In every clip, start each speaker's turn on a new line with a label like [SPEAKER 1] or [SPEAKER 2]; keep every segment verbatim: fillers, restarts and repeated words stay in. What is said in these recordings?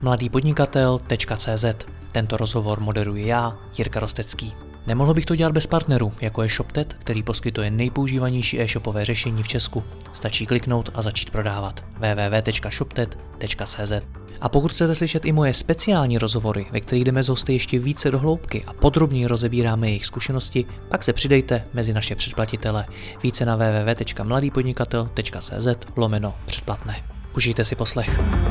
[SPEAKER 1] mladýpodnikatel tečka cé zet. Tento rozhovor moderuji já, Jirka Rostecký. Nemohl bych to dělat bez partnerů, jako je ShopTet, který poskytuje nejpoužívanější e-shopové řešení v Česku. Stačí kliknout a začít prodávat. w w w tečka shoptet tečka cé zet. A pokud chcete slyšet i moje speciální rozhovory, ve kterých jdeme s hosty ještě více do hloubky a podrobněji rozebíráme jejich zkušenosti, pak se přidejte mezi naše předplatitele. Více na w w w tečka mladýpodnikatel tečka cé zet lomeno předplatné. Užijte si poslech.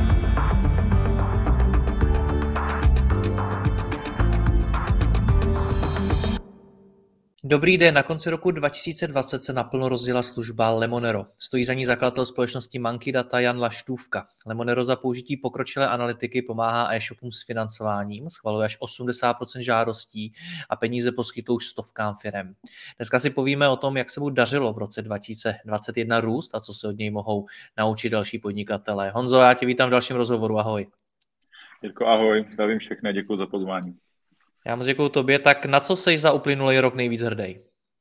[SPEAKER 1] Dobrý den, na konci roku dva tisíce dvacet se naplno rozjela služba Lemonero. Stojí za ní zakladatel společnosti Monkey Data Jan Laštůvka. Lemonero za použití pokročilé analytiky pomáhá e-shopům s financováním, schvaluje až osmdesát procent žádostí a peníze poskytují stovkám firem. Dneska si povíme o tom, jak se mu dařilo v roce dva tisíce dvacet jedna růst a co se od něj mohou naučit další podnikatelé. Honzo, já tě vítám v dalším rozhovoru, ahoj.
[SPEAKER 2] Jirko, ahoj, zdravím všechny, děkuji za pozvání.
[SPEAKER 1] Já moc děkuju tobě, tak na co jsi za uplynulý rok nejvíc hrdý?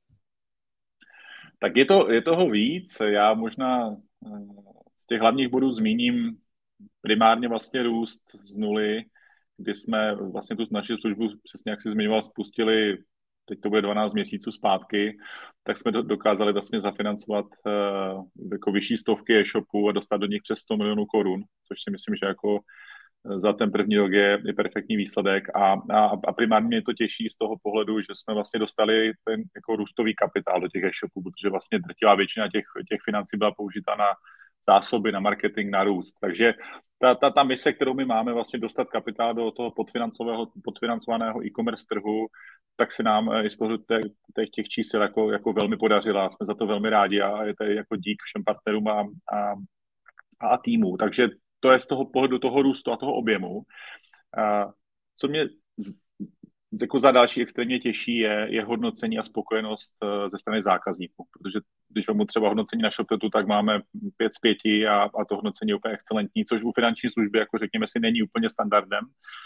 [SPEAKER 2] Tak je, to, je toho víc, já možná z těch hlavních bodů zmíním primárně vlastně růst z nuly, kdy jsme vlastně tu naši službu, přesně jak jsi zmiňoval, spustili, teď to bude dvanáct měsíců zpátky, tak jsme dokázali vlastně zafinancovat uh, jako vyšší stovky e-shopů a dostat do nich přes sto milionů korun, což si myslím, že jako za ten první rok je, je perfektní výsledek a, a, a primárně mě to těší z toho pohledu, že jsme vlastně dostali ten jako růstový kapitál do těch e-shopů, protože vlastně drtivá většina těch, těch financí byla použita na zásoby, na marketing, na růst. Takže ta, ta, ta mise, kterou my máme, vlastně dostat kapitál do toho podfinancovaného e-commerce trhu, tak se nám i z pohledu těch, těch čísel jako, jako velmi podařila. Jsme za to velmi rádi a je to jako dík všem partnerům a, a, a týmu. Takže to je z toho pohledu toho růstu a toho objemu. A co mě z, jako za další extrémně těší, je, je hodnocení a spokojenost ze strany zákazníků. Protože když vám třeba hodnocení na ShopTetu, tak máme pět z pěti a, a to hodnocení je úplně excelentní, což u finanční služby, jako řekněme si, není úplně standardem.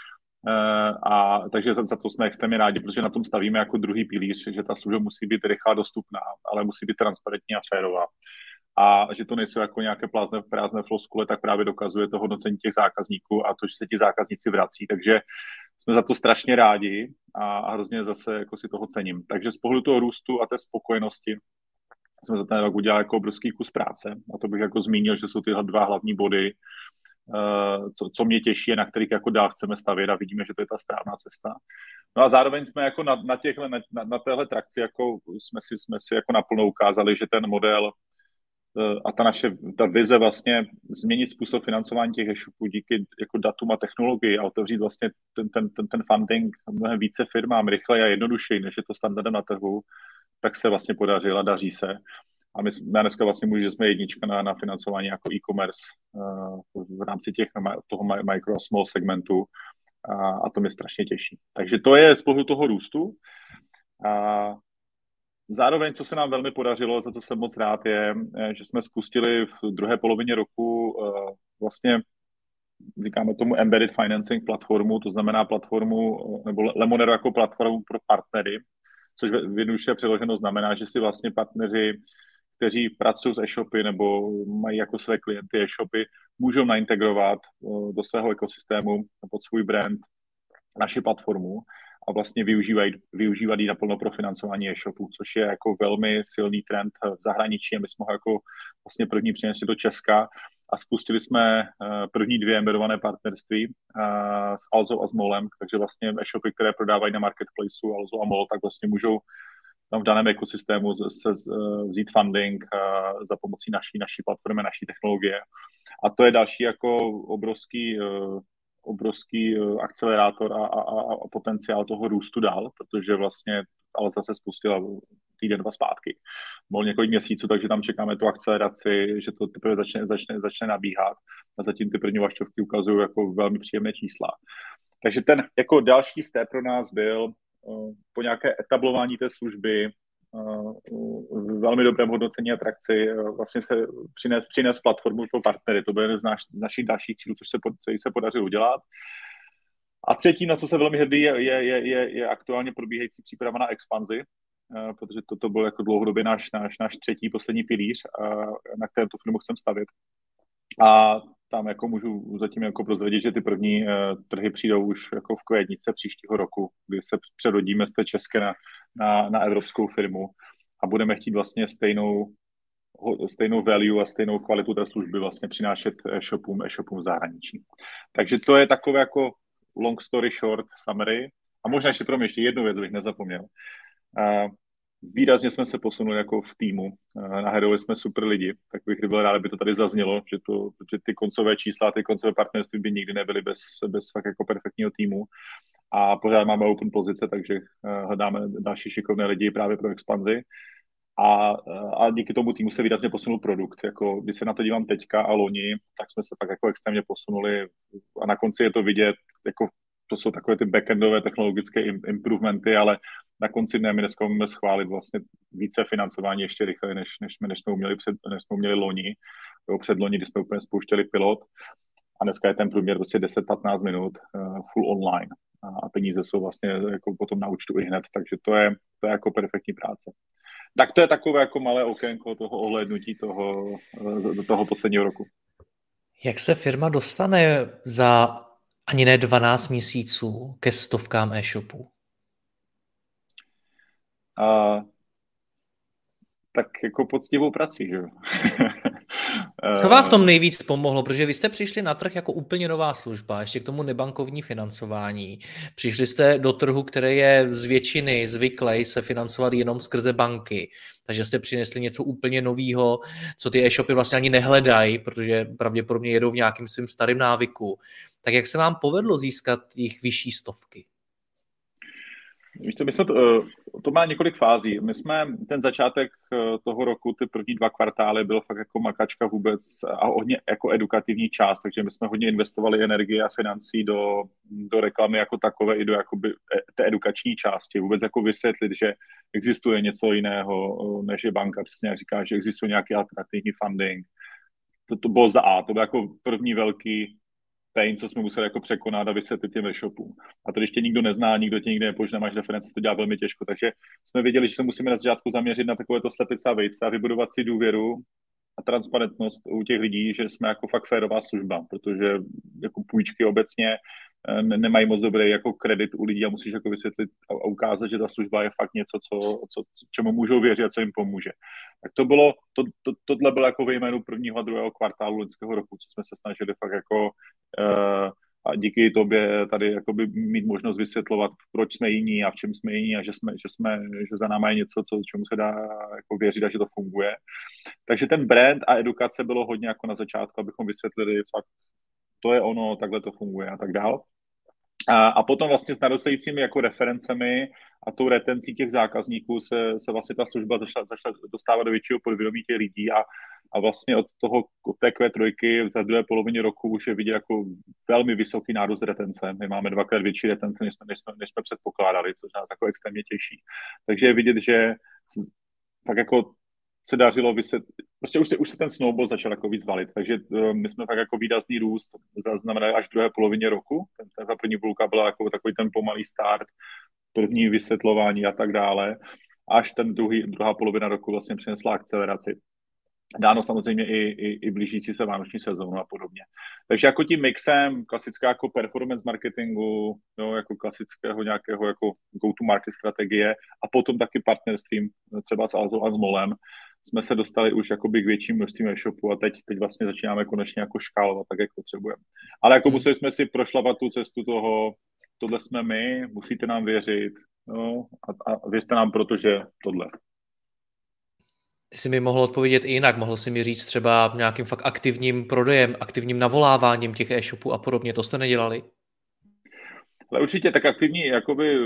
[SPEAKER 2] A takže za, za to jsme extrémně rádi, protože na tom stavíme jako druhý pilíř, že ta služba musí být rychlá, dostupná, ale musí být transparentní a férová. A že to nejsou jako nějaké plázné, prázdné floskule, tak právě dokazuje to hodnocení těch zákazníků a to, že se ti zákazníci vrací. Takže jsme za to strašně rádi a, a hrozně zase jako si toho cením. Takže z pohledu toho růstu a té spokojenosti jsme za ten rok udělali jako obrovský kus práce. A to bych jako zmínil, že jsou tyhle dva hlavní body, uh, co, co mě těší a na kterých jako dál chceme stavět a vidíme, že to je ta správná cesta. No a zároveň jsme jako na, na, těchle, na, na téhle trakci jako jsme, si, jsme si jako naplno ukázali, že ten model a ta naše ta vize vlastně změnit způsob financování těch e-shopů díky jako datům a technologii a otevřít vlastně ten, ten, ten, ten funding mnohem více firmám rychleji a jednodušeji, než je to standardem na trhu, tak se vlastně podařilo a daří se. A my jsme dneska vlastně můžeme, že jsme jednička na, na financování jako e-commerce uh, v rámci těch, toho micro a small segmentu a, a to mě strašně těší. Takže to je z pohledu toho růstu. A zároveň, co se nám velmi podařilo, za to jsem moc rád, je, že jsme spustili v druhé polovině roku vlastně, říkáme tomu embedded financing platformu, to znamená platformu, nebo Lemonero jako platformu pro partnery, což v jednoduše přeloženo znamená, že si vlastně partneři, kteří pracují s e-shopy nebo mají jako své klienty e-shopy, můžou naintegrovat do svého ekosystému pod svůj brand naši platformu a vlastně využívají, využívat ji naplno pro financování e-shopů, což je jako velmi silný trend v zahraničí a my jsme ho jako vlastně první přinesli do Česka a spustili jsme první dvě embedované partnerství s Alzo a s Molem, takže vlastně e-shopy, které prodávají na marketplaceu Alzo a Mol, tak vlastně můžou tam v daném ekosystému se vzít funding za pomocí naší, naší platformy, naší technologie. A to je další jako obrovský obrovský akcelerátor a, a, a potenciál toho růstu dál, protože vlastně ale zase spustila týden, dva zpátky. Byl několik měsíců, takže tam čekáme tu akceleraci, že to teprve začne, začne, začne nabíhat a zatím ty první vaštovky ukazují jako velmi příjemné čísla. Takže ten jako další step pro nás byl uh, po nějaké etablování té služby, uh, velmi dobrém hodnocení a trakci, uh, vlastně se přines, přines platformu pro partnery. To byl jeden z, naš, z našich dalších cílů, což se, což se podařilo udělat. A třetí, na co se velmi hrdý, je, je, je, je aktuálně probíhající příprava na expanzi, uh, protože toto byl jako dlouhodobě náš, náš, náš třetí, poslední pilíř, uh, na kterém tu firmu chcem stavět. A tam jako můžu zatím jako prozradit, že ty první uh, trhy přijdou už jako v květnice příštího roku, kdy se přerodíme z té české na, na, na evropskou firmu a budeme chtít vlastně stejnou stejnou value a stejnou kvalitu té služby vlastně přinášet e-shopům, e-shopům v zahraničí. Takže to je takové jako long story short summary. A možná ještě pro mě ještě jednu věc bych nezapomněl. Uh, výrazně jsme se posunuli jako v týmu. Uh, nahradili jsme super lidi, tak bych byl rád, aby to tady zaznělo, že, to, že ty koncové čísla, ty koncové partnerství by nikdy nebyly bez, bez fakt jako perfektního týmu. A pořád máme open pozice, takže uh, hledáme další šikovné lidi právě pro expanzi. A, a díky tomu týmu se výrazně posunul produkt. Jako, když se na to dívám teďka a loni, tak jsme se tak jako extrémně posunuli a na konci je to vidět, jako to jsou takové ty backendové technologické improvementy, ale na konci dne my dneska můžeme schválit vlastně více financování ještě rychleji, než, než, jsme, než jsme uměli před, než jsme uměli loni, jo, před loni, kdy jsme úplně spouštěli pilot a dneska je ten průměr prostě deset patnáct minut uh, full online a peníze jsou vlastně jako potom na účtu i hned, takže to je, to je jako perfektní práce. Tak to je takové jako malé okénko toho ohlédnutí toho, do toho posledního roku.
[SPEAKER 1] Jak se firma dostane za ani ne dvanáct měsíců ke stovkám e-shopů?
[SPEAKER 2] A, tak jako poctivou prací, že jo.
[SPEAKER 1] Co vám v tom nejvíc pomohlo? Protože vy jste přišli na trh jako úplně nová služba, ještě k tomu nebankovní financování. Přišli jste do trhu, který je z většiny zvyklý se financovat jenom skrze banky. Takže jste přinesli něco úplně nového, co ty e-shopy vlastně ani nehledají, protože pravděpodobně jedou v nějakým svým starým návyku. Tak jak se vám povedlo získat jich vyšší stovky?
[SPEAKER 2] Víš co, my jsme to, to má několik fází. My jsme ten začátek toho roku, ty první dva kvartály byl fakt jako makačka vůbec a hodně jako edukativní část, takže my jsme hodně investovali energie a financí do, do reklamy jako takové i do jakoby té edukační části. Vůbec jako vysvětlit, že existuje něco jiného, než je banka, přesně jak říkáš, že existuje nějaký alternativní funding. To, to bylo za A, to byl jako první velký pain, co jsme museli jako překonat a vysvětlit těm e-shopům. A to ještě nikdo nezná, nikdo tě nikdy nepožná, máš reference, to dělá velmi těžko. Takže jsme věděli, že se musíme na začátku zaměřit na takovéto slepice a vejce a vybudovat si důvěru a transparentnost u těch lidí, že jsme jako fakt férová služba, protože jako půjčky obecně nemají moc dobrý jako kredit u lidí a musíš jako vysvětlit a ukázat, že ta služba je fakt něco, co, co, čemu můžou věřit a co jim pomůže. Tak to bylo, to, to, tohle bylo jako ve jménu prvního a druhého kvartálu loňského roku, co jsme se snažili fakt jako uh, a díky tobě tady jakoby mít možnost vysvětlovat, proč jsme jiní a v čem jsme jiní a že, jsme, že, jsme, že za náma je něco, co, čemu se dá jako věřit a že to funguje. Takže ten brand a edukace bylo hodně jako na začátku, abychom vysvětlili fakt, to je ono, takhle to funguje a tak dál. A, a potom vlastně s narůstajícími jako referencemi a tou retencí těch zákazníků se, se vlastně ta služba začala, začala dostávat do většího podvědomí těch lidí a, a vlastně od toho, od té Q tři v té druhé polovině roku už je vidět jako velmi vysoký nárůst retence. My máme dvakrát větší retence, než jsme, než jsme, než jsme předpokládali, což nás jako extrémně těší. Takže je vidět, že tak jako se dařilo vysvětlit, prostě už se, už se ten snowball začal jako víc valit, takže uh, my jsme fakt jako výrazný růst zaznamenali až v druhé polovině roku, ten, ten ta první půlka byla jako takový ten pomalý start, první vysvětlování a tak dále, až ten druhý, druhá polovina roku vlastně přinesla akceleraci. Dáno samozřejmě i, i, i blížící se vánoční sezónu a podobně. Takže jako tím mixem, klasická jako performance marketingu, no, jako klasického nějakého jako go-to-market strategie a potom taky partnerstvím třeba s Alzou a s Molem jsme se dostali už jakoby k větším množstvím e-shopů a teď, teď vlastně začínáme konečně jako škálovat tak, jak potřebujeme. Ale jako museli jsme si prošlapat tu cestu toho, tohle jsme my, musíte nám věřit, no, a, a věřte nám, protože tohle.
[SPEAKER 1] Ty jsi mi mohl odpovědět i jinak, mohl si mi říct třeba nějakým fakt aktivním prodejem, aktivním navoláváním těch e-shopů a podobně, to jste nedělali?
[SPEAKER 2] Ale určitě tak aktivní, jakoby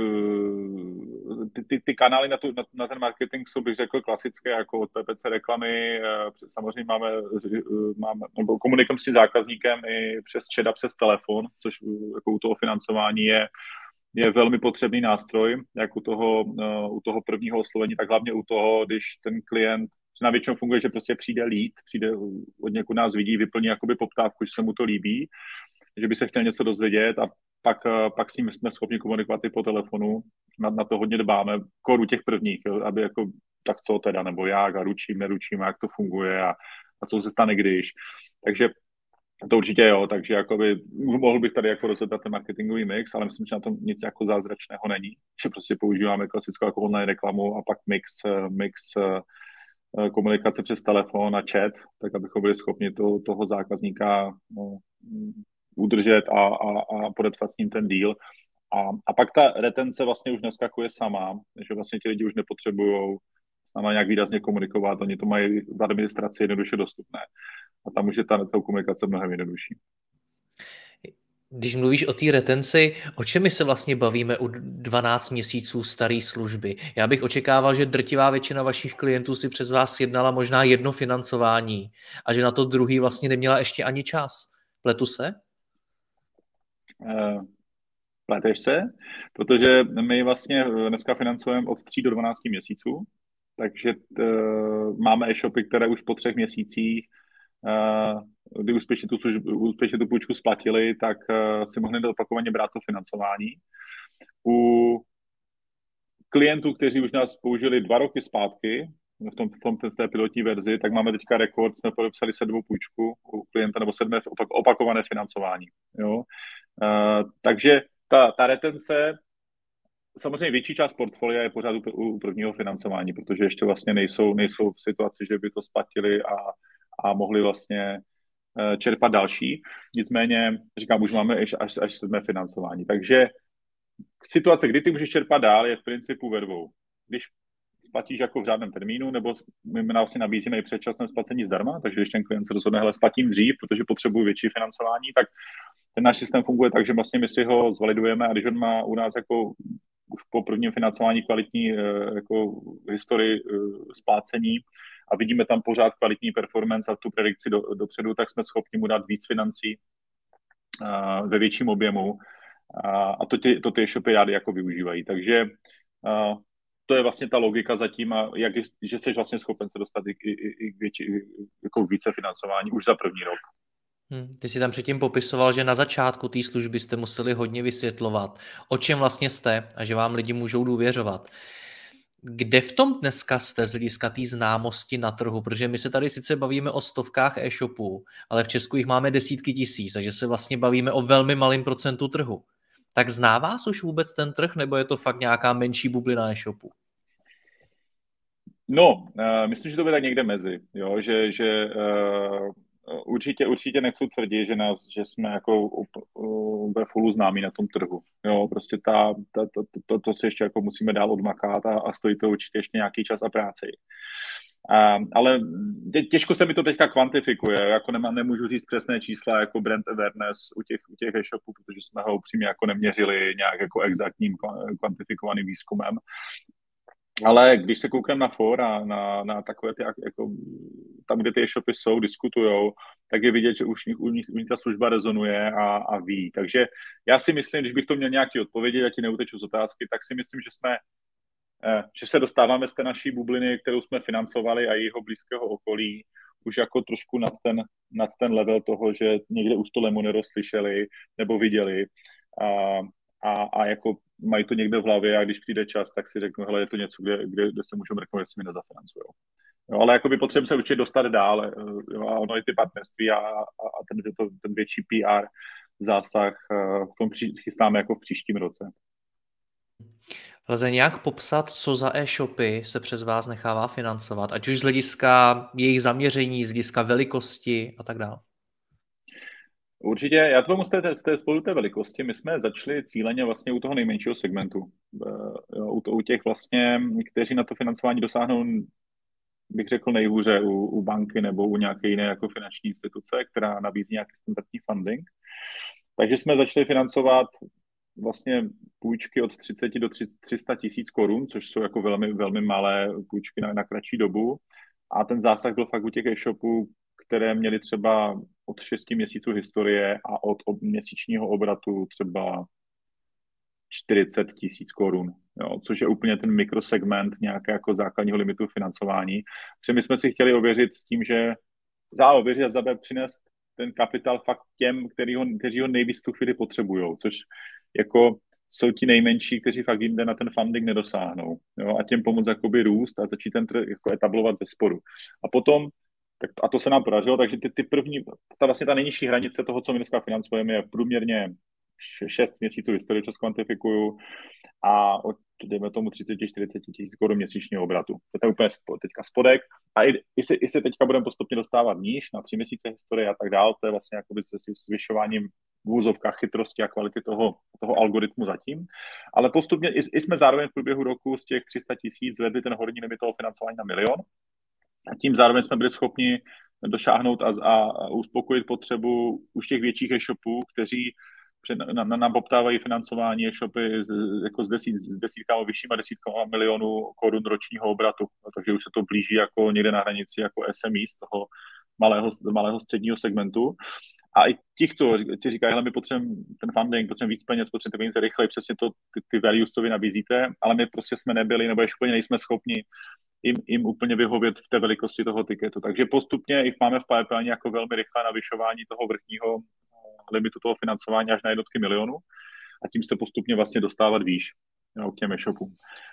[SPEAKER 2] ty, ty, ty kanály na, tu, na, na ten marketing jsou, bych řekl, klasické, jako od P P C reklamy, samozřejmě máme, máme nebo komunikujeme s tím zákazníkem i přes chat a přes telefon, což jako u toho financování je, je velmi potřebný nástroj, jak u toho, u toho prvního oslovení, tak hlavně u toho, když ten klient, na většinou funguje, že prostě přijde lead, přijde od někud nás vidí, vyplní jakoby poptávku, že se mu to líbí, že by se chtěl něco dozvědět a pak, pak s ním jsme schopni komunikovat i po telefonu. Na, na to hodně dbáme, koru těch prvních, jo, aby jako tak co teda, nebo jak a ručím, neručím, a jak to funguje a, a co se stane když. Takže To určitě jo, takže jakoby, mohl bych tady jako rozebrat ten marketingový mix, ale myslím, že na tom nic jako zázračného není, že prostě používáme klasickou jako online reklamu a pak mix, mix komunikace přes telefon a chat, tak abychom byli schopni to, toho zákazníka no, udržet a, a, a podepsat s ním ten deal. A, a pak ta retence vlastně už neskakuje sama, že vlastně ti lidi už nepotřebují s náma nějak výrazně komunikovat, oni to mají v administraci jednoduše dostupné. A tam už je ta, ta komunikace mnohem jednodušší.
[SPEAKER 1] Když mluvíš o té retenci, o čem my se vlastně bavíme u dvanáct měsíců staré služby? Já bych očekával, že drtivá většina vašich klientů si přes vás jednala možná jedno financování a že na to druhý vlastně neměla ještě ani čas. Pletu se?
[SPEAKER 2] Uh, pleteš se, protože my vlastně dneska financujeme od tří do dvanácti měsíců, takže uh, máme e-shopy, které už po třech měsících uh, kdy úspěšně tu, službu, úspěšně tu půjčku splatili, tak uh, si mohli opakovaně brát to financování. U klientů, kteří už nás použili dva roky zpátky, v, tom, v, tom, v té pilotní verzi, tak máme teďka rekord, jsme podepsali sedmou půjčku u klienta, nebo sedmé opak, opakované financování. Jo? Uh, takže ta, ta retence, samozřejmě větší část portfolia je pořád u, u prvního financování, protože ještě vlastně nejsou, nejsou v situaci, že by to splatili a, a mohli vlastně čerpat další. Nicméně, říkám, už máme až, až, až sedmé financování. Takže situace, kdy ty můžeš čerpat dál, je v principu ve dvou. Když splatíš jako v žádném termínu, nebo my vlastně nabízíme i předčasné splacení zdarma, takže když ten klient se rozhodne, hele, splatím dřív, protože potřebuji větší financování, tak ten náš systém funguje tak, že vlastně my si ho zvalidujeme a když on má u nás jako už po prvním financování kvalitní jako historii splácení a vidíme tam pořád kvalitní performance a tu predikci do, dopředu, tak jsme schopni mu dát víc financí uh, ve větším objemu uh, a to, tě, to ty e-shopy rády jako využívají. Takže uh, to je vlastně ta logika zatím, a jak, že jsi vlastně schopen se dostat i, i, i k větší, jako více financování už za první rok.
[SPEAKER 1] Hmm, ty jsi tam předtím popisoval, že na začátku té služby jste museli hodně vysvětlovat, o čem vlastně jste a že vám lidi můžou důvěřovat. Kde v tom dneska jste z hlediska té známosti na trhu? Protože my se tady sice bavíme o stovkách e-shopů, ale v Česku jich máme desítky tisíc, takže se vlastně bavíme o velmi malém procentu trhu. Tak zná vás už vůbec ten trh, nebo je to fakt nějaká menší bublina e-shopů?
[SPEAKER 2] No, uh, myslím, že to bude tak někde mezi, jo? že, že uh, určitě, určitě nechci tvrdit, že, nás, že jsme jako ve fullu známí na tom trhu. Jo? Prostě ta, ta, ta, to, to si ještě jako musíme dál odmakat a, a stojí to určitě ještě nějaký čas a práci. Uh, ale těžko se mi to teďka kvantifikuje, jako nema, nemůžu říct přesné čísla jako brand awareness u těch, u těch e-shopů, protože jsme ho upřímně jako neměřili nějak jako exaktním kvantifikovaným výzkumem. Ale když se koukám na fóra, na, na takové ty, jako, tam, kde ty e-shopy jsou, diskutujou, tak je vidět, že už u nich, u nich ta služba rezonuje a, a ví. Takže já si myslím, když bych to měl nějaký odpovědět, já ti neuteču z otázky, tak si myslím, že jsme, že se dostáváme z té naší bubliny, kterou jsme financovali a jeho blízkého okolí, už jako trošku nad ten, nad ten level toho, že někde už to Lemonero slyšeli nebo viděli. A, A, a jako mají to někde v hlavě a když přijde čas, tak si řeknu, hele, je to něco, kde, kde, kde se můžu mrknout, jestli mi nezafinancují. Jo, ale jako by potřebujeme se určitě dostat dál, jo, a ono i ty partnerství a, a ten, to, ten větší P R zásah v tom pří, chystáme jako v příštím roce.
[SPEAKER 1] Lze nějak popsat, co za e-shopy se přes vás nechává financovat, ať už z hlediska jejich zaměření, z hlediska velikosti a tak dále?
[SPEAKER 2] Určitě, já to z té, z té spolu té velikosti, my jsme začali cíleně vlastně u toho nejmenšího segmentu, u, to, u těch vlastně, kteří na to financování dosáhnou, bych řekl, nejhůře u, u banky nebo u nějaké jiné jako finanční instituce, která nabízí nějaký standardní funding. Takže jsme začali financovat vlastně půjčky od třicet do tři sta tisíc korun, což jsou jako velmi, velmi malé půjčky na, na kratší dobu. A ten zásah byl fakt u těch e-shopů, které měly třeba od šesti měsíců historie a od ob, měsíčního obratu třeba čtyřicet tisíc korun, jo, což je úplně ten mikrosegment nějakého jako základního limitu financování. Protože my jsme si chtěli ověřit s tím, že za ověřit a za B přinést ten kapitál fakt těm, který ho, kteří ho nejvíc tu chvíli potřebují, což jako jsou ti nejmenší, kteří fakt jinde na ten funding nedosáhnou. Jo, a těm pomoct jakoby růst a začít ten trh jako etablovat ze spodu. A potom Tak to, a to se nám podařilo, takže ty, ty první, ta vlastně ta nejnižší hranice toho, co my dneska financujeme, je průměrně šest měsíců historie, co zkvantifikuju, a od, dejme tomu, třicet čtyřicet tisíc korun měsíčního obratu. To je úplně teďka spodek. A i, i, se, i se teďka budeme postupně dostávat níž na tři měsíce historie a tak dále. To je vlastně jakoby se zvyšováním v úzovkách chytrosti a kvality toho, toho algoritmu zatím. Ale postupně i, i jsme zároveň v průběhu roku z těch tři sta tisíc zvedli ten horní limit toho financování na milion. A tím zároveň jsme byli schopni došáhnout a, a, a uspokojit potřebu už těch větších e-shopů, kteří nám poptávají financování e-shopy z, jako s, desít, s desítkama, vyššíma desítkama milionů korun ročního obratu. No, takže už se to blíží jako někde na hranici jako S M E z toho malého, malého středního segmentu. A i ti, co ti říkají, hele, my potřebujeme ten funding, potřebujeme víc peněz, potřebujeme ty peníze rychleji, přesně to, ty, ty values, co vy nabízíte, ale my prostě jsme nebyli, nebo ještě úplně nejsme schopni jim, jim úplně vyhovět v té velikosti toho tiketu. Takže postupně jich máme v pipeline jako velmi rychlé navyšování toho vrchního limitu toho financování až na jednotky milionů a tím se postupně vlastně dostávat výš, jo, k těm e-shopům.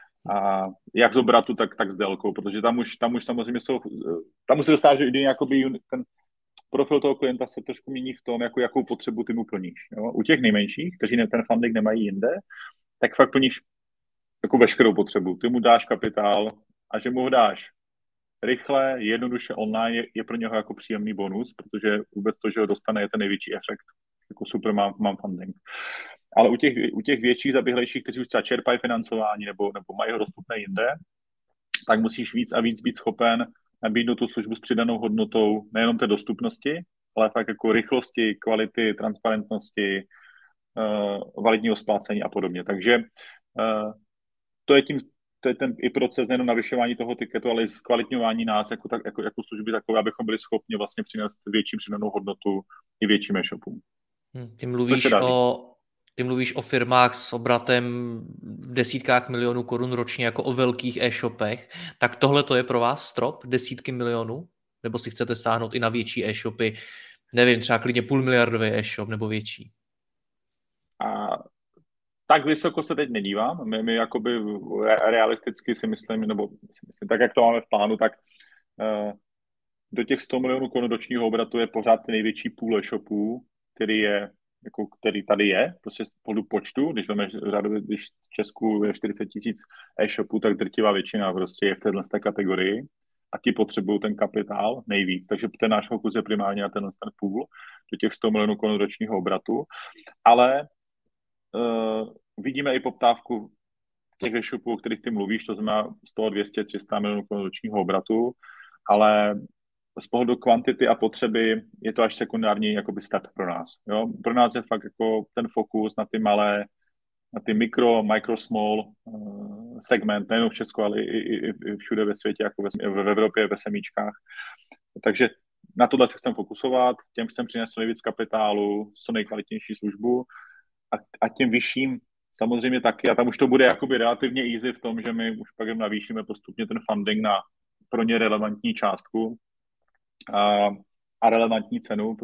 [SPEAKER 2] A jak z obratu, tak, tak s délkou, protože tam už, tam už samozřejmě jsou, tam už se dostává, že jakoby ten profil toho klienta se trošku mění v tom, jako, jakou potřebu ty mu plníš. Jo. U těch nejmenších, kteří ten funding nemají jinde, tak fakt plníš jako veškerou potřebu. Ty mu dáš kapitál a že mu ho dáš rychle, jednoduše online je, je pro něho jako příjemný bonus, protože vůbec to, že ho dostane, je ten největší efekt. Jako super mám, mám funding. Ale u těch, u těch větších, zaběhlejších, kteří už třeba čerpají financování nebo, nebo mají ho dostupné jinde, tak musíš víc a víc být schopen nabídnout tu službu s přidanou hodnotou nejenom té dostupnosti, ale fakt jako rychlosti, kvality, transparentnosti, uh, validního splácení a podobně. Takže uh, to je tím, to je ten i proces nejen navyšování toho tiketu, ale i zkvalitňování nás jako, tak, jako, jako služby takové, abychom byli schopni vlastně přinést větší přidanou hodnotu i větším e-shopům.
[SPEAKER 1] Hmm, ty mluvíš o, ty mluvíš o firmách s obratem v desítkách milionů korun ročně jako o velkých e-shopech. Tak tohle to je pro vás strop desítky milionů? Nebo si chcete sáhnout i na větší e-shopy? Nevím, třeba klidně půlmiliardový e-shop nebo větší.
[SPEAKER 2] A tak vysoko se teď nedívám. My, my jakoby realisticky si myslím, nebo si myslím, tak jak to máme v plánu, tak uh, do těch sto milionů korun ročního obratu je pořád ten největší půl e-shopů, který je, jako, který tady je, prostě z pohledu počtu. Když veme, řádově, když v Česku je čtyřicet tisíc e-shopů, tak drtivá většina prostě je v této kategorii a ti potřebují ten kapitál nejvíc. Takže ten náš fokus je primárně na tenhle ten půl, do těch sto milionů korun ročního obratu. Ale uh, vidíme i poptávku těch e-shopů, o kterých ty mluvíš, to znamená sto, dvě stě, tři sta milionů korun ročního obratu, ale z pohledu kvantity a potřeby je to až sekundární jakoby step pro nás. Jo? Pro nás je fakt jako ten fokus na ty malé, na ty mikro, micro, small uh, segment, nejen v Česku, ale i, i, i všude ve světě, jako ve, v Evropě, ve semíčkách. Takže na tohle se chcem fokusovat, těm chcem přinést nejvíc kapitálu, co nejkvalitnější službu a, a těm vyšším samozřejmě taky. A tam už to bude jakoby relativně easy v tom, že my už pak jim navýšíme postupně ten funding na pro ně relevantní částku a, a relevantní cenu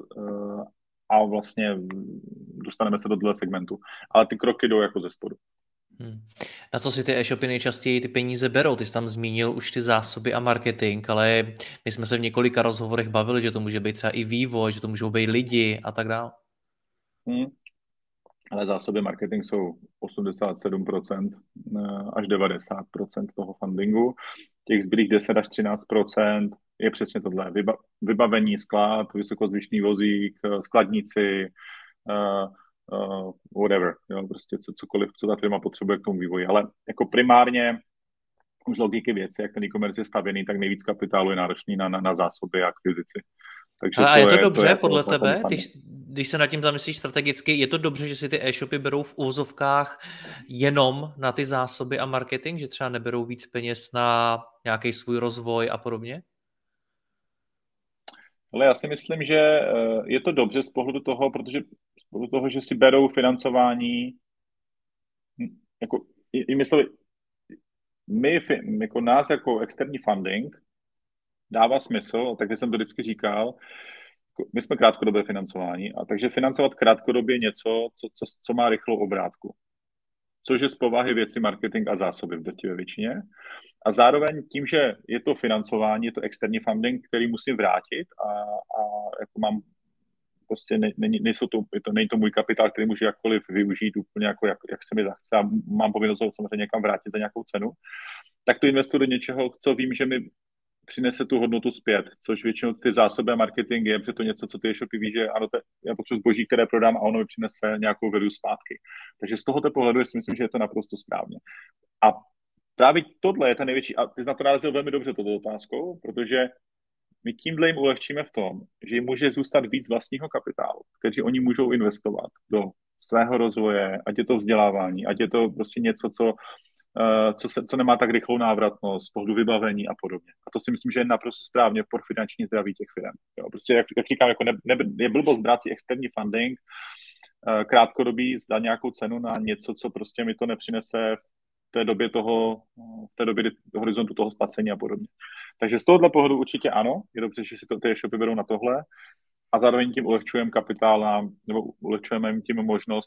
[SPEAKER 2] a vlastně dostaneme se do tohle segmentu. Ale ty kroky jdou jako ze spodu.
[SPEAKER 1] Hmm. Na co si ty e-shopy nejčastěji ty peníze berou? Ty jsi tam zmínil už ty zásoby a marketing, ale my jsme se v několika rozhovorech bavili, že to může být třeba i vývoj, že to můžou být lidi a tak dále.
[SPEAKER 2] Hmm. Ale zásoby marketing jsou osmdesát sedm procent až devadesát procent toho fundingu. Těch zbylých deset až třináct procent je přesně tohle. Vyba- vybavení sklad, vysokozvyšný vozík, skladníci, uh, uh, whatever. Jo, prostě co, cokoliv, co ta firma potřebuje k tomu vývoji. Ale jako primárně už logiky věci, jak ten e-commerce je stavěný, tak nejvíc kapitálu je náročný na, na, na zásoby a akvizici.
[SPEAKER 1] Takže a to je to je, dobře to je, podle to, tebe, když, když se nad tím zamyslíš strategicky, je to dobře, že si ty e-shopy berou v úvozovkách jenom na ty zásoby a marketing, že třeba neberou víc peněz na nějaký svůj rozvoj a podobně?
[SPEAKER 2] Ale já si myslím, že je to dobře z pohledu toho, protože z pohledu toho, že si berou financování, jako, i mysleli, my, jako nás, jako externí funding, dává smysl, takže jsem to vždycky říkal, my jsme krátkodobé financování, a takže financovat krátkodobě něco, co, co, co má rychlou obrátku. což je z povahy věci marketing a zásoby v drtivé většině. A zároveň tím, že je to financování, je to externí funding, který musím vrátit a, a jako mám prostě ne, ne, nejsou to, to, není to můj kapitál, který můžu jakkoliv využít úplně jako jak, jak se mi zachce a mám povinnost ho samozřejmě někam vrátit za nějakou cenu, tak to investuji do něčeho, co vím, že mi přinese tu hodnotu zpět, což většinou ty zásoby a marketing je, protože to něco, co ty e-shopy ví, že ano, te, já potřebuji zboží, které prodám a ono mi přinese nějakou value zpátky. Takže z tohoto pohledu si myslím, že je to naprosto správně. A právě tohle je ta největší, a ty jsi na to narazil velmi dobře toto otázkou, protože my tímhle jim ulehčíme v tom, že jim může zůstat víc vlastního kapitálu, který oni můžou investovat do svého rozvoje, ať je to vzdělávání, ať je to prostě něco, co, uh, co, se, co nemá tak rychlou návratnost, z pohledu vybavení a podobně. A to si myslím, že je naprosto správně pro finanční zdraví těch firm. Jo, prostě, jak, jak říkám, jako ne, ne, je blbost brát si externí funding uh, krátkodobý za nějakou cenu na něco, co prostě mi to nepřinese v té době toho, v té době horizontu toho splacení a podobně. Takže z tohohle pohledu určitě ano, je dobře, že si to ty e-shopy berou na tohle a zároveň tím ulehčujeme kapitál na, nebo ulehčujeme jim tím možnost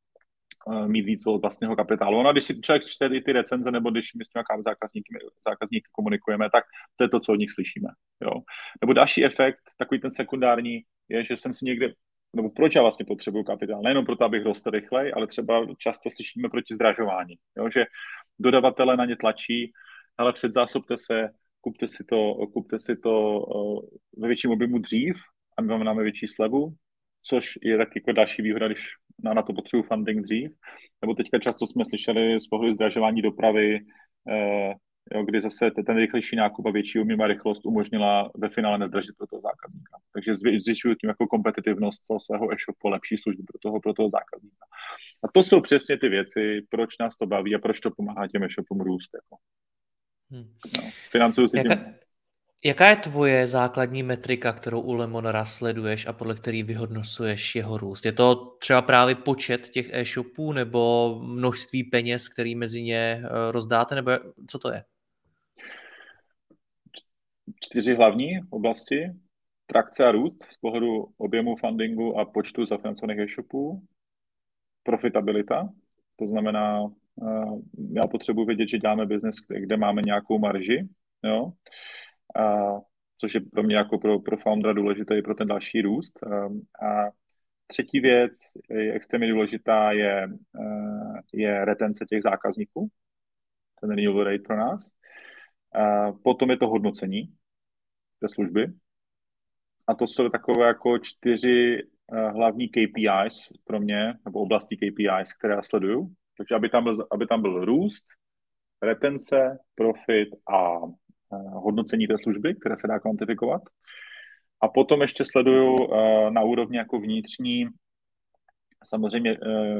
[SPEAKER 2] uh, mít víc vlastního kapitálu. Ono, když si člověk čte ty recenze, nebo když my s těmi zákazníky, zákazníky komunikujeme, tak to je to, co od nich slyšíme. Jo? Nebo další efekt, takový ten sekundární, je, že jsem si někde nebo proč já vlastně potřebuju kapitál. Nejenom proto, abych rostl rychleji, ale třeba často slyšíme proti zdražování. Jo? Že dodavatele na ně tlačí, ale předzásobte se, kupte si to, kupte si to uh, ve větším objemu dřív a my máme větší slevu, což je tak jako další výhoda, když na, na to potřebuji funding dřív. Nebo teďka často jsme slyšeli z pohledu zdražování dopravy, uh, jo, kdy zase ten rychlejší nákup a větší uměrná rychlost umožnila ve finále nezdražit pro toho zákazníka. Takže zvyšuju tím jako kompetitivnost celého svého e-shopu, lepší služby pro toho, pro toho zákazníka. A to jsou přesně ty věci, proč nás to baví a proč to pomáhá těm e-shopům růst. Jako.
[SPEAKER 1] Hmm.
[SPEAKER 2] No, financuju si
[SPEAKER 1] Jaká,
[SPEAKER 2] tím.
[SPEAKER 1] Jaká je tvoje základní metrika, kterou u Lemonera sleduješ a podle který vyhodnocuješ jeho růst? Je to třeba právě počet těch e-shopů nebo množství peněz, který mezi ně rozdáte, nebo co to je?
[SPEAKER 2] Čtyři hlavní oblasti. Trakce a růst z pohledu objemu fundingu a počtu zafinancovaných e-shopů. Profitabilita, to znamená, já potřebuji vědět, že děláme biznes, kde máme nějakou marži, jo? A, což je pro mě jako pro, pro foundera důležité i pro ten další růst. A třetí věc je extrémně důležitá, je, je retence těch zákazníků, ten renewal rate pro nás. A potom je to hodnocení té služby. A to jsou takové jako čtyři hlavní K P Is pro mě, nebo oblasti K P Is, které já sleduju. Takže aby tam byl, aby tam byl růst, retence, profit a hodnocení té služby, které se dá kvantifikovat. A potom ještě sleduju na úrovni jako vnitřní samozřejmě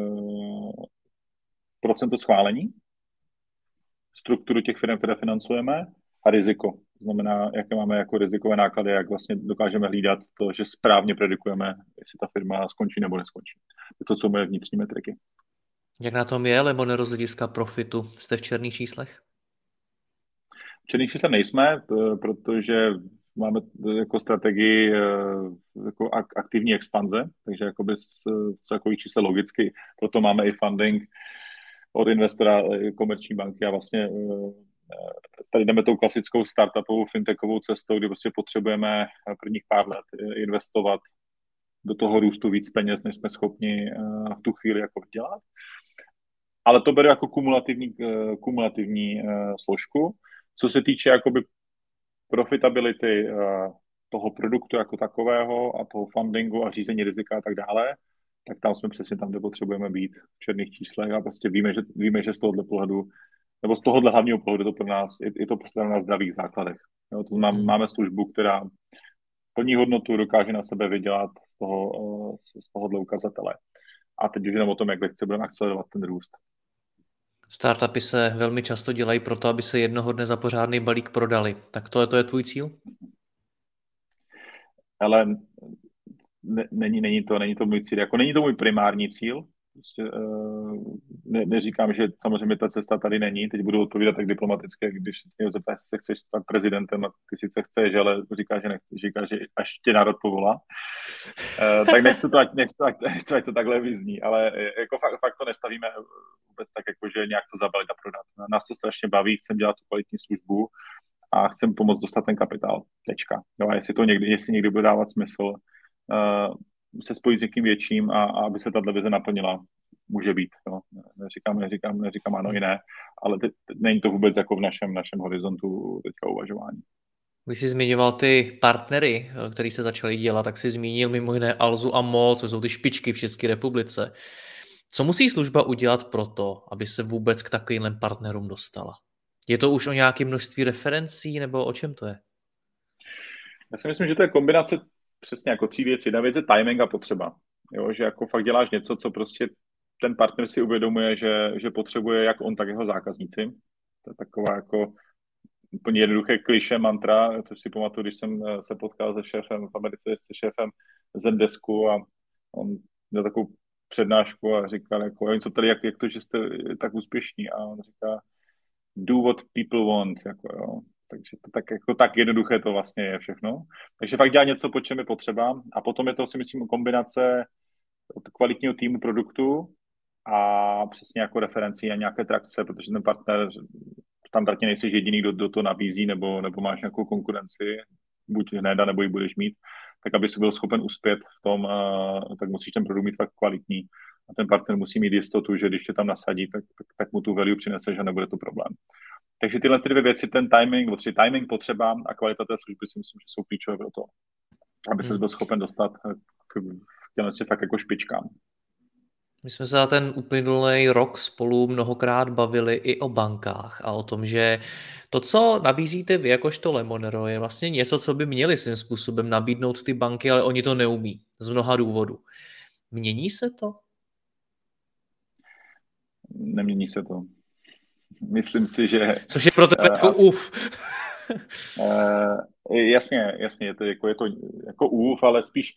[SPEAKER 2] procento schválení, strukturu těch firm, které financujeme a riziko. To znamená, jaké máme jako rizikové náklady, jak vlastně dokážeme hlídat to, že správně predikujeme, jestli ta firma skončí nebo neskončí. To jsou moje vnitřní metriky.
[SPEAKER 1] Jak na tom je Lemonero z hlediska profitu? Jste v černých číslech?
[SPEAKER 2] V černých číslech nejsme, protože máme jako strategii jako aktivní expanze, takže jakoby z celkových čísel logicky, proto máme i funding od investora komerční banky a vlastně tady jdeme tou klasickou startupovou fintechovou cestou, kdy prostě potřebujeme prvních pár let investovat do toho růstu víc peněz, než jsme schopni v tu chvíli jako dělat. Ale to beru jako kumulativní, kumulativní složku. Co se týče jakoby profitability toho produktu jako takového a toho fundingu a řízení rizika a tak dále, tak tam jsme přesně tam, kde potřebujeme být v černých číslech a prostě víme, že, víme, že z tohohle pohledu, nebo z tohohle hlavního pohledu to pro nás, je, je to postaveno na zdravých základech. Jo, to znamená, hmm. máme službu, která plní hodnotu, dokáže na sebe vydělat z, toho, z tohohle ukazatele. A teď už jenom o tom, jak lehce budeme akcelerovat ten růst.
[SPEAKER 1] Startupy se velmi často dělají proto, aby se jednoho dne za pořádný balík prodali. Tak tohle to je tvůj cíl?
[SPEAKER 2] Ale ne, není, není, to, není to můj cíl. Jako není to můj primární cíl. Prostě, uh, ne, neříkám, že samozřejmě ta cesta tady není, teď budu odpovídat tak diplomaticky, když mě zeptáš, jestli se chceš stát prezidentem, a ty sice chceš, ale říká, že nechceš, říká, že až tě národ povolá. Uh, tak nechci to, ať, nechci, ať, nechci, ať to takhle vyzní, ale jako fakt, fakt to nestavíme vůbec tak, jako, že nějak to zabalit a prodat. Nás to strašně baví, chcem dělat tu kvalitní službu a chcem pomoct dostat ten kapitál. Tečka. Jo, a jestli to někdy, jestli někdy bude dávat smysl, uh, se spojit s někým větším a, a aby se ta vize naplnila, může být. Jo. Neříkám, neříkám, neříkám ano i ne, ale teď, teď není to vůbec jako v našem, našem horizontu teďka uvažování.
[SPEAKER 1] Když jsi zmiňoval ty partnery, který se začali dělat, tak jsi zmínil mimo jiné Alzu a MOL, co jsou ty špičky v České republice. Co musí služba udělat pro to, aby se vůbec k takovým partnerům dostala? Je to už o nějaké množství referencí, nebo o čem to je?
[SPEAKER 2] Já si myslím, že to je kombinace přesně jako tří věcí. Jedna věc je timing a potřeba. Jo, že jako fakt děláš něco, co prostě ten partner si uvědomuje, že, že potřebuje jak on, tak jeho zákazníci. To je taková jako úplně jednoduché klišé mantra, to si pamatuju, když jsem se potkal se šéfem v Americe, se šéfem Zendesku a on měl takovou přednášku a říkal, jako, co tady, jak, jak to, že jste tak úspěšní, a on říká, do what people want, jako jo. Takže to tak, jako, tak jednoduché to vlastně je všechno. Takže fakt dělá něco, po čem je potřeba, a potom je to, si myslím, kombinace od kvalitního týmu produktu a přesně jako referencí a nějaké trakce, protože ten partner standardně nejsi jediný, kdo, kdo to nabízí, nebo, nebo máš nějakou konkurenci, buď hned, nebo ji budeš mít, tak aby si byl schopen uspět v tom, uh, tak musíš ten produkt mít fakt kvalitní. A ten partner musí mít jistotu, že když tě tam nasadí, tak, tak, tak mu tu value přineseš a nebude to problém. Takže tyhle dvě věci, ten timing, nebo tři timing, potřeba a kvalita té služby, si myslím, že jsou klíčové pro to, aby hmm. se byl schopen dostat k, k těm fakt jako špičkám.
[SPEAKER 1] My jsme se za ten uplynulý rok spolu mnohokrát bavili i o bankách a o tom, že to, co nabízíte vy jakožto Lemonero, je vlastně něco, co by měli svým způsobem nabídnout ty banky, ale oni to neumí z mnoha důvodů. Mění se to?
[SPEAKER 2] Nemění se to. Myslím si, že...
[SPEAKER 1] Což je pro tebe uh, jako uf.
[SPEAKER 2] uh, jasně, jasně, je to jako, je to jako uf, ale spíš...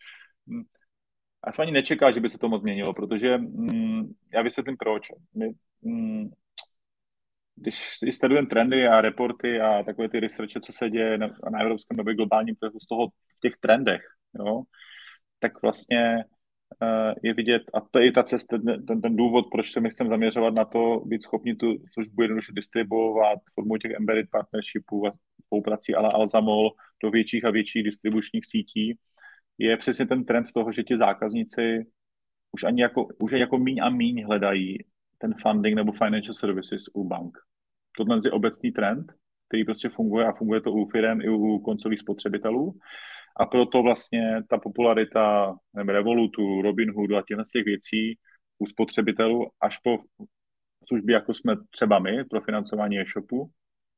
[SPEAKER 2] Já jsem ani nečekal, že by se to moc změnilo, protože mm, já vysvětlím proč. My, mm, když si studujeme trendy a reporty a takové ty researche, co se děje na, na evropském nebo globálním trhu z toho v těch trendech, jo, tak vlastně uh, je vidět, a to je i ta cesta, ten, ten důvod, proč se my chceme zaměřovat na to, být schopni tu službu jednoduše distribuovat formou těch embedded partnershipů a spoluprací ala Alzamol do větších a větších distribučních sítí, je přesně ten trend toho, že ti zákazníci už ani jako, už jako míň a míň hledají ten funding nebo financial services u bank. Tohle je obecný trend, který prostě funguje, a funguje to u firem i u koncových spotřebitelů. A proto vlastně ta popularita nevím, Revolutu, Robinhoodu a těchto z těch věcí u spotřebitelů až po služby, jako jsme třeba my, pro financování e-shopu,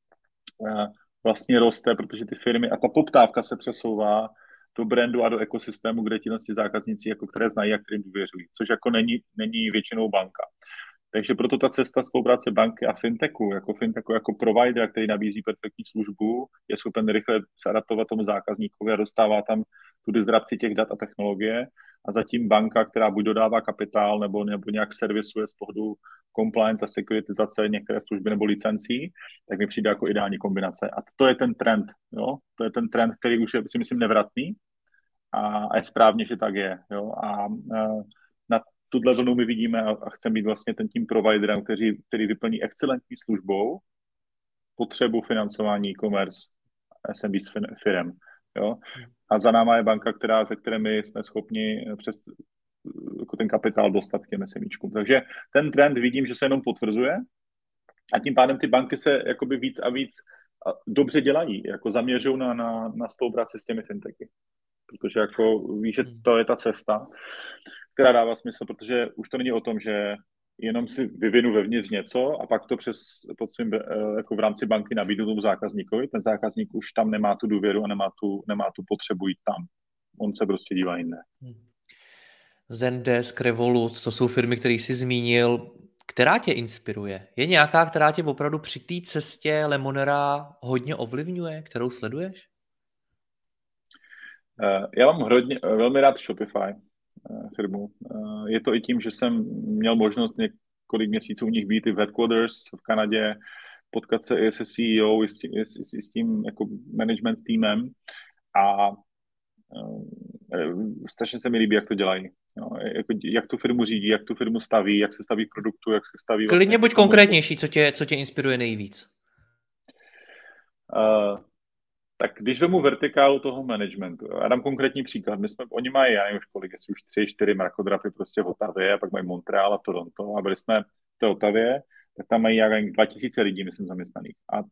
[SPEAKER 2] vlastně roste, protože ty firmy a ta poptávka se přesouvá do brandu a do ekosystému, kde ti zákazníci, jako které znají a kterým důvěřují, což jako není, není většinou banka. Takže proto ta cesta spolupráce banky a fintechu, jako fintechu jako provider, který nabízí perfektní službu, je schopen rychle se adaptovat tomu zákazníkovi a dostává tam tu disrupci těch dat a technologie, a zatím banka, která buď dodává kapitál nebo, nebo nějak servisuje z pohledu compliance a sekuritizace některé služby nebo licencí, tak mi přijde jako ideální kombinace. A to je ten trend, jo? To je ten trend, který už je, si myslím, nevratný, a, a je správně, že tak je. Jo? A, a na tuhle vlnu my vidíme a, a chceme být vlastně ten tím providerem, který, který vyplní excelentní službou potřebu financování e-commerce S M B firem. Jo? A za náma je banka, která, ze které my jsme schopni přes jako ten kapitál dostat k těm SMIčkům. Takže ten trend vidím, že se jenom potvrzuje, a tím pádem ty banky se jakoby víc a víc dobře dělají, jako zaměřují na, na, na spolupráci s těmi fintechy. Protože jako víš, že to je ta cesta, která dává smysl, protože už to není o tom, že jenom si vyvinu vevnitř něco a pak to přes pod svým, jako v rámci banky nabídnu tomu zákazníkovi. Ten zákazník už tam nemá tu důvěru a nemá tu, nemá tu potřebu jít tam. On se prostě dívá jinde.
[SPEAKER 1] Zendesk, Revolut, to jsou firmy, které jsi zmínil. Která tě inspiruje? Je nějaká, která tě opravdu při té cestě Lemonera hodně ovlivňuje, kterou sleduješ?
[SPEAKER 2] Já mám hodně, velmi rád Shopify firmu. Je to i tím, že jsem měl možnost několik měsíců u nich být i v headquarters v Kanadě, potkat se i se C E O, i s tím, i s, i s tím jako management týmem a uh, strašně se mi líbí, jak to dělají. Jo, jako, jak tu firmu řídí, jak tu firmu staví, jak se staví k produktu, jak se staví vlastně...
[SPEAKER 1] Klidně buď konkrétnější, co tě, co tě inspiruje nejvíc.
[SPEAKER 2] Uh, tak když vemu vertikálu toho managementu, já dám konkrétní příklad, my jsme, oni mají, já nevím už kolik, jestli už tři, čtyři mrakodrapy prostě v Otavě, a pak mají Montreal a Toronto a byli jsme v té Otavě, tak tam mají jak dva tisíce lidí, myslím, zaměstnaných. A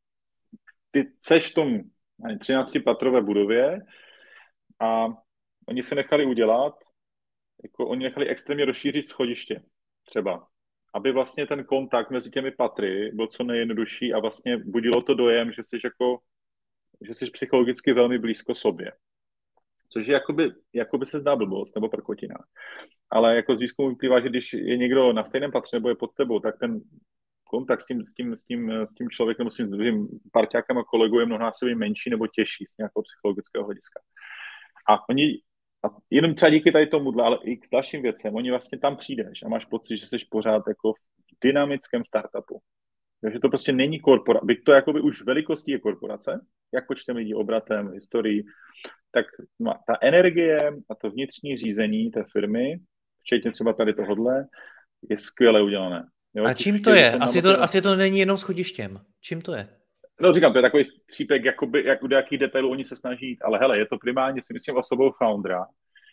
[SPEAKER 2] ty seš v tom třináctipatrové budově a oni se nechali udělat, jako oni nechali extrémně rozšířit schodiště třeba, aby vlastně ten kontakt mezi těmi patry byl co nejjednodušší a vlastně budilo to dojem, že jsi jako že jsi psychologicky velmi blízko sobě. Což je jakoby, jakoby se zdá blbost nebo prkotina. Ale jako z výzkumu vyplývá, že když je někdo na stejném patře nebo je pod tebou, tak ten kontakt s tím, s tím, s tím, s tím člověkem nebo s tím druhým parťákem a kolegou je mnohonásobně menší nebo těžší z nějakého psychologického hlediska. A oni, a jenom třeba díky tady tomuhle, ale i k dalším věcem, oni vlastně tam přijdeš a máš pocit, že jsi pořád jako v dynamickém startupu. Takže to prostě není korporace. Byť to jakoby už velikostí je korporace, jak počtem lidí, obratem, historií, tak no, ta energie a to vnitřní řízení té firmy, včetně třeba tady tohodle, je skvěle udělané. Jo,
[SPEAKER 1] a čím to je? Asi to, asi to není jenom schodištěm. Čím to je?
[SPEAKER 2] No říkám, to je takový přípek, jakoby, jak, do jakých detailů oni se snaží jít, ale hele, je to primárně si myslím osobou foundera,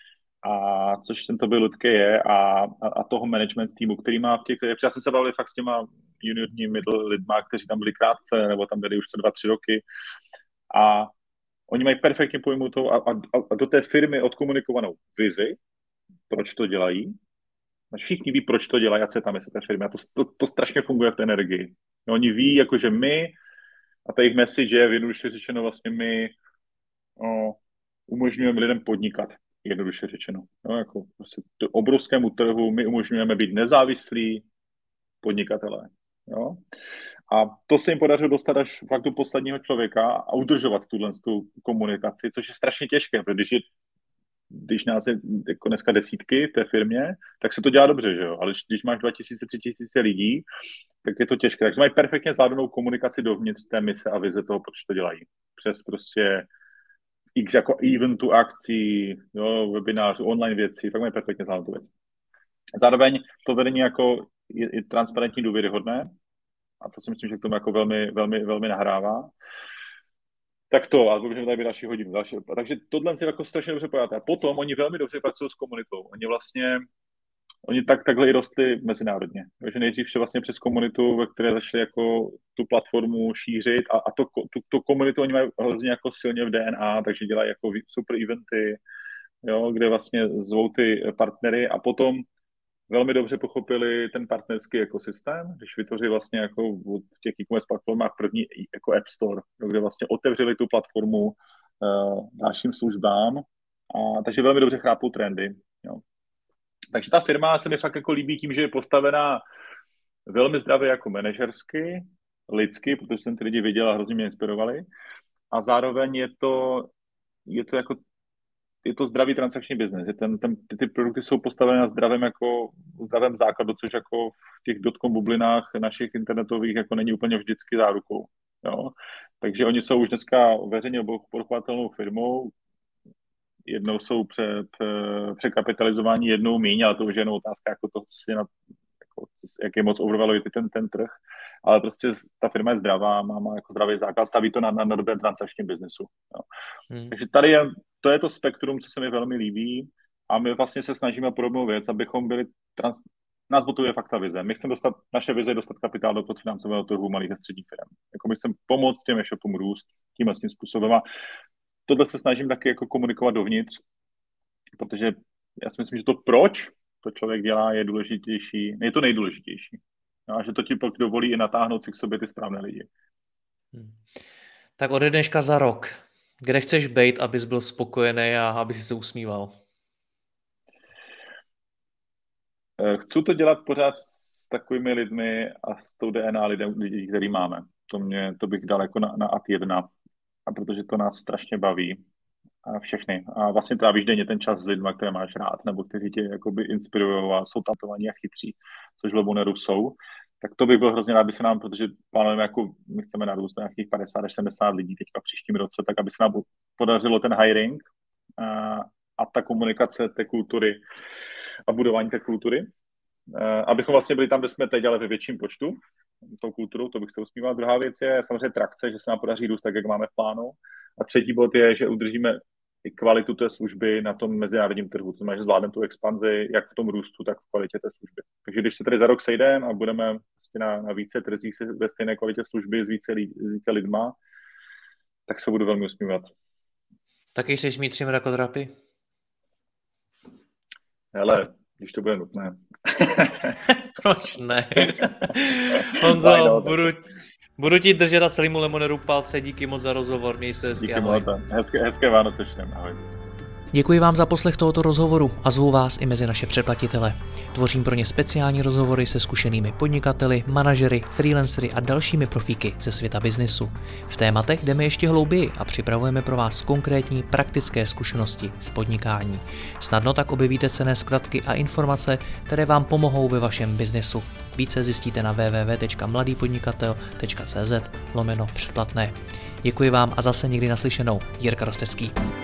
[SPEAKER 2] a což tento byl Ludke je a, a, a toho management týmu, který má v těch, já jsem se bavil fakt s těma juniorní middle lidma, kteří tam byli krátce, nebo tam byli už se dva, tři roky a oni mají perfektně pojmutou a, a, a do té firmy odkomunikovanou vizi, proč to dělají. Všichni ví, proč to dělají a co je tam je té firmy a to, to, to strašně funguje v té energii. No, oni ví, jakože my a ta jejich message je, jednoduše řečeno vlastně my o, umožňujeme lidem podnikat. Jednoduše řečeno. No, jako prostě obrovskému trhu my umožňujeme být nezávislí podnikatelé. Jo? A to se jim podařilo dostat až fakt do posledního člověka a udržovat tuhle tu komunikaci, což je strašně těžké, protože když, je, když nás je jako dneska desítky v té firmě, tak se to dělá dobře, že jo? Ale když máš dva tisíce, tři tisíce lidí, tak je to těžké. Takže mají perfektně zvládnou komunikaci dovnitř té mise a vize toho, proč to dělají. Přes prostě x jako eventu, akcí, jo, webinářů, online věcí, tak mají perfektně zvládnou věc. Zároveň to vedení jako je, je transparentní, důvěryhodné a to si myslím, že k tomu jako velmi, velmi, velmi nahrává. Tak to, a můžeme tady být další hodinu. Další, takže tohle si jako strašně dobře pojáte. A potom oni velmi dobře pracují s komunitou. Oni vlastně Oni tak, takhle i rostli mezinárodně. Takže nejdřív vše vlastně přes komunitu, ve které začali jako tu platformu šířit a, a to, tu, tu komunitu oni mají hrozně jako silně v D N A, takže dělají jako super eventy, jo, kde vlastně zvou ty partnery a potom velmi dobře pochopili ten partnerský ekosystém, když vytvořili vlastně jako v těch e-commerce platformách první jako App Store, jo, kde vlastně otevřeli tu platformu uh, dalším službám a takže velmi dobře chápou trendy, jo. Takže ta firma se mi fakt jako líbí tím, že je postavená velmi zdravě jako manažersky, lidsky, protože jsem ty lidi viděl a hrozně mě inspirovali. A zároveň je to, je to jako je to zdravý transakční biznes. Ten, ten, ty, ty produkty jsou postavené na zdravém, jako, zdravém základu, což jako v těch dotcom bublinách našich internetových jako není úplně vždycky zárukou. Jo? Takže oni jsou už dneska veřejně obchodovatelnou firmou, jednou jsou pře, pře, překapitalizování, jednou míň, ale to už je jenom otázka jako toho, co si na, jako, jak je moc overvalují ten, ten trh. Ale prostě ta firma je zdravá, má, má jako zdravý základ, staví to na, na, na dobrém transakčním biznesu. Jo. Hmm. Takže tady je, to je to spektrum, co se mi velmi líbí a my vlastně se snažíme podobnou věc, abychom byli, trans, nás botuje fakt ta vize. My chceme dostat, naše vize je dostat kapitál do podfinancového trhu malých a středních firm. Jako my chceme pomoct těm e-shopům růst tímhle tím způsobem a tohle se snažím taky jako komunikovat dovnitř, protože já si myslím, že to proč to člověk dělá je důležitější, je to nejdůležitější. A že to ti pak dovolí i natáhnout si k sobě ty správné lidi.
[SPEAKER 1] Hmm. Tak ode dneška za rok, kde chceš být, abys byl spokojený a aby si se usmíval?
[SPEAKER 2] Chci to dělat pořád s takovými lidmi a s tou D N A lidem, lidí, který máme. To, mě, to bych dal jako na, na ad jedna, a protože to nás strašně baví. a všechny. A vlastně trávíš denně ten čas s lidmi, které máš rád, nebo kteří tě jakoby inspirují a jsou talentovaní a chytří, což v Lemoneru jsou. Tak to bych byl hrozně rád, aby se nám, protože plánujeme, jako my chceme narůst nějakých padesát až sedmdesát lidí teďka v příštím roce, tak aby se nám podařilo ten hiring a, a ta komunikace té kultury a budování té kultury. Abychom vlastně byli tam, kde jsme teď, ale ve větším počtu tou kulturou, to bych se usmíval. Druhá věc je samozřejmě trakce, že se nám podaří růst tak, jak máme v plánu. A třetí bod je, že udržíme i kvalitu té služby na tom mezinárodním trhu, to znamená, že zvládneme tu expanzi jak v tom růstu, tak v kvalitě té služby. Takže když se tady za rok sejdeme a budeme na, na více trzích se ve stejné kvalitě služby s více, s více lidma, tak se budu velmi usmívat.
[SPEAKER 1] Taky chceš mít tři mrakodrapy?
[SPEAKER 2] Hele, když to bude nutné.
[SPEAKER 1] Proč ne? Honzo, budu, budu ti držet a celému Lemoneru palce, díky moc za rozhovor, měj se hezky,
[SPEAKER 2] díky
[SPEAKER 1] ahoj.
[SPEAKER 2] Moc, hezké, hezké Vánoce všem, ahoj.
[SPEAKER 1] Děkuji vám za poslech tohoto rozhovoru a zvu vás i mezi naše předplatitele. Tvořím pro ně speciální rozhovory se zkušenými podnikateli, manažery, freelancery a dalšími profíky ze světa biznisu. V tématech jdeme ještě hlouběji a připravujeme pro vás konkrétní praktické zkušenosti z podnikání. Snadno tak objevíte cenné zkratky a informace, které vám pomohou ve vašem biznesu. Více zjistíte na w w w tečka mladýpodnikatel tečka c z lomeno předplatné. Děkuji vám a zase někdy naslyšenou. Jirka Rostecký.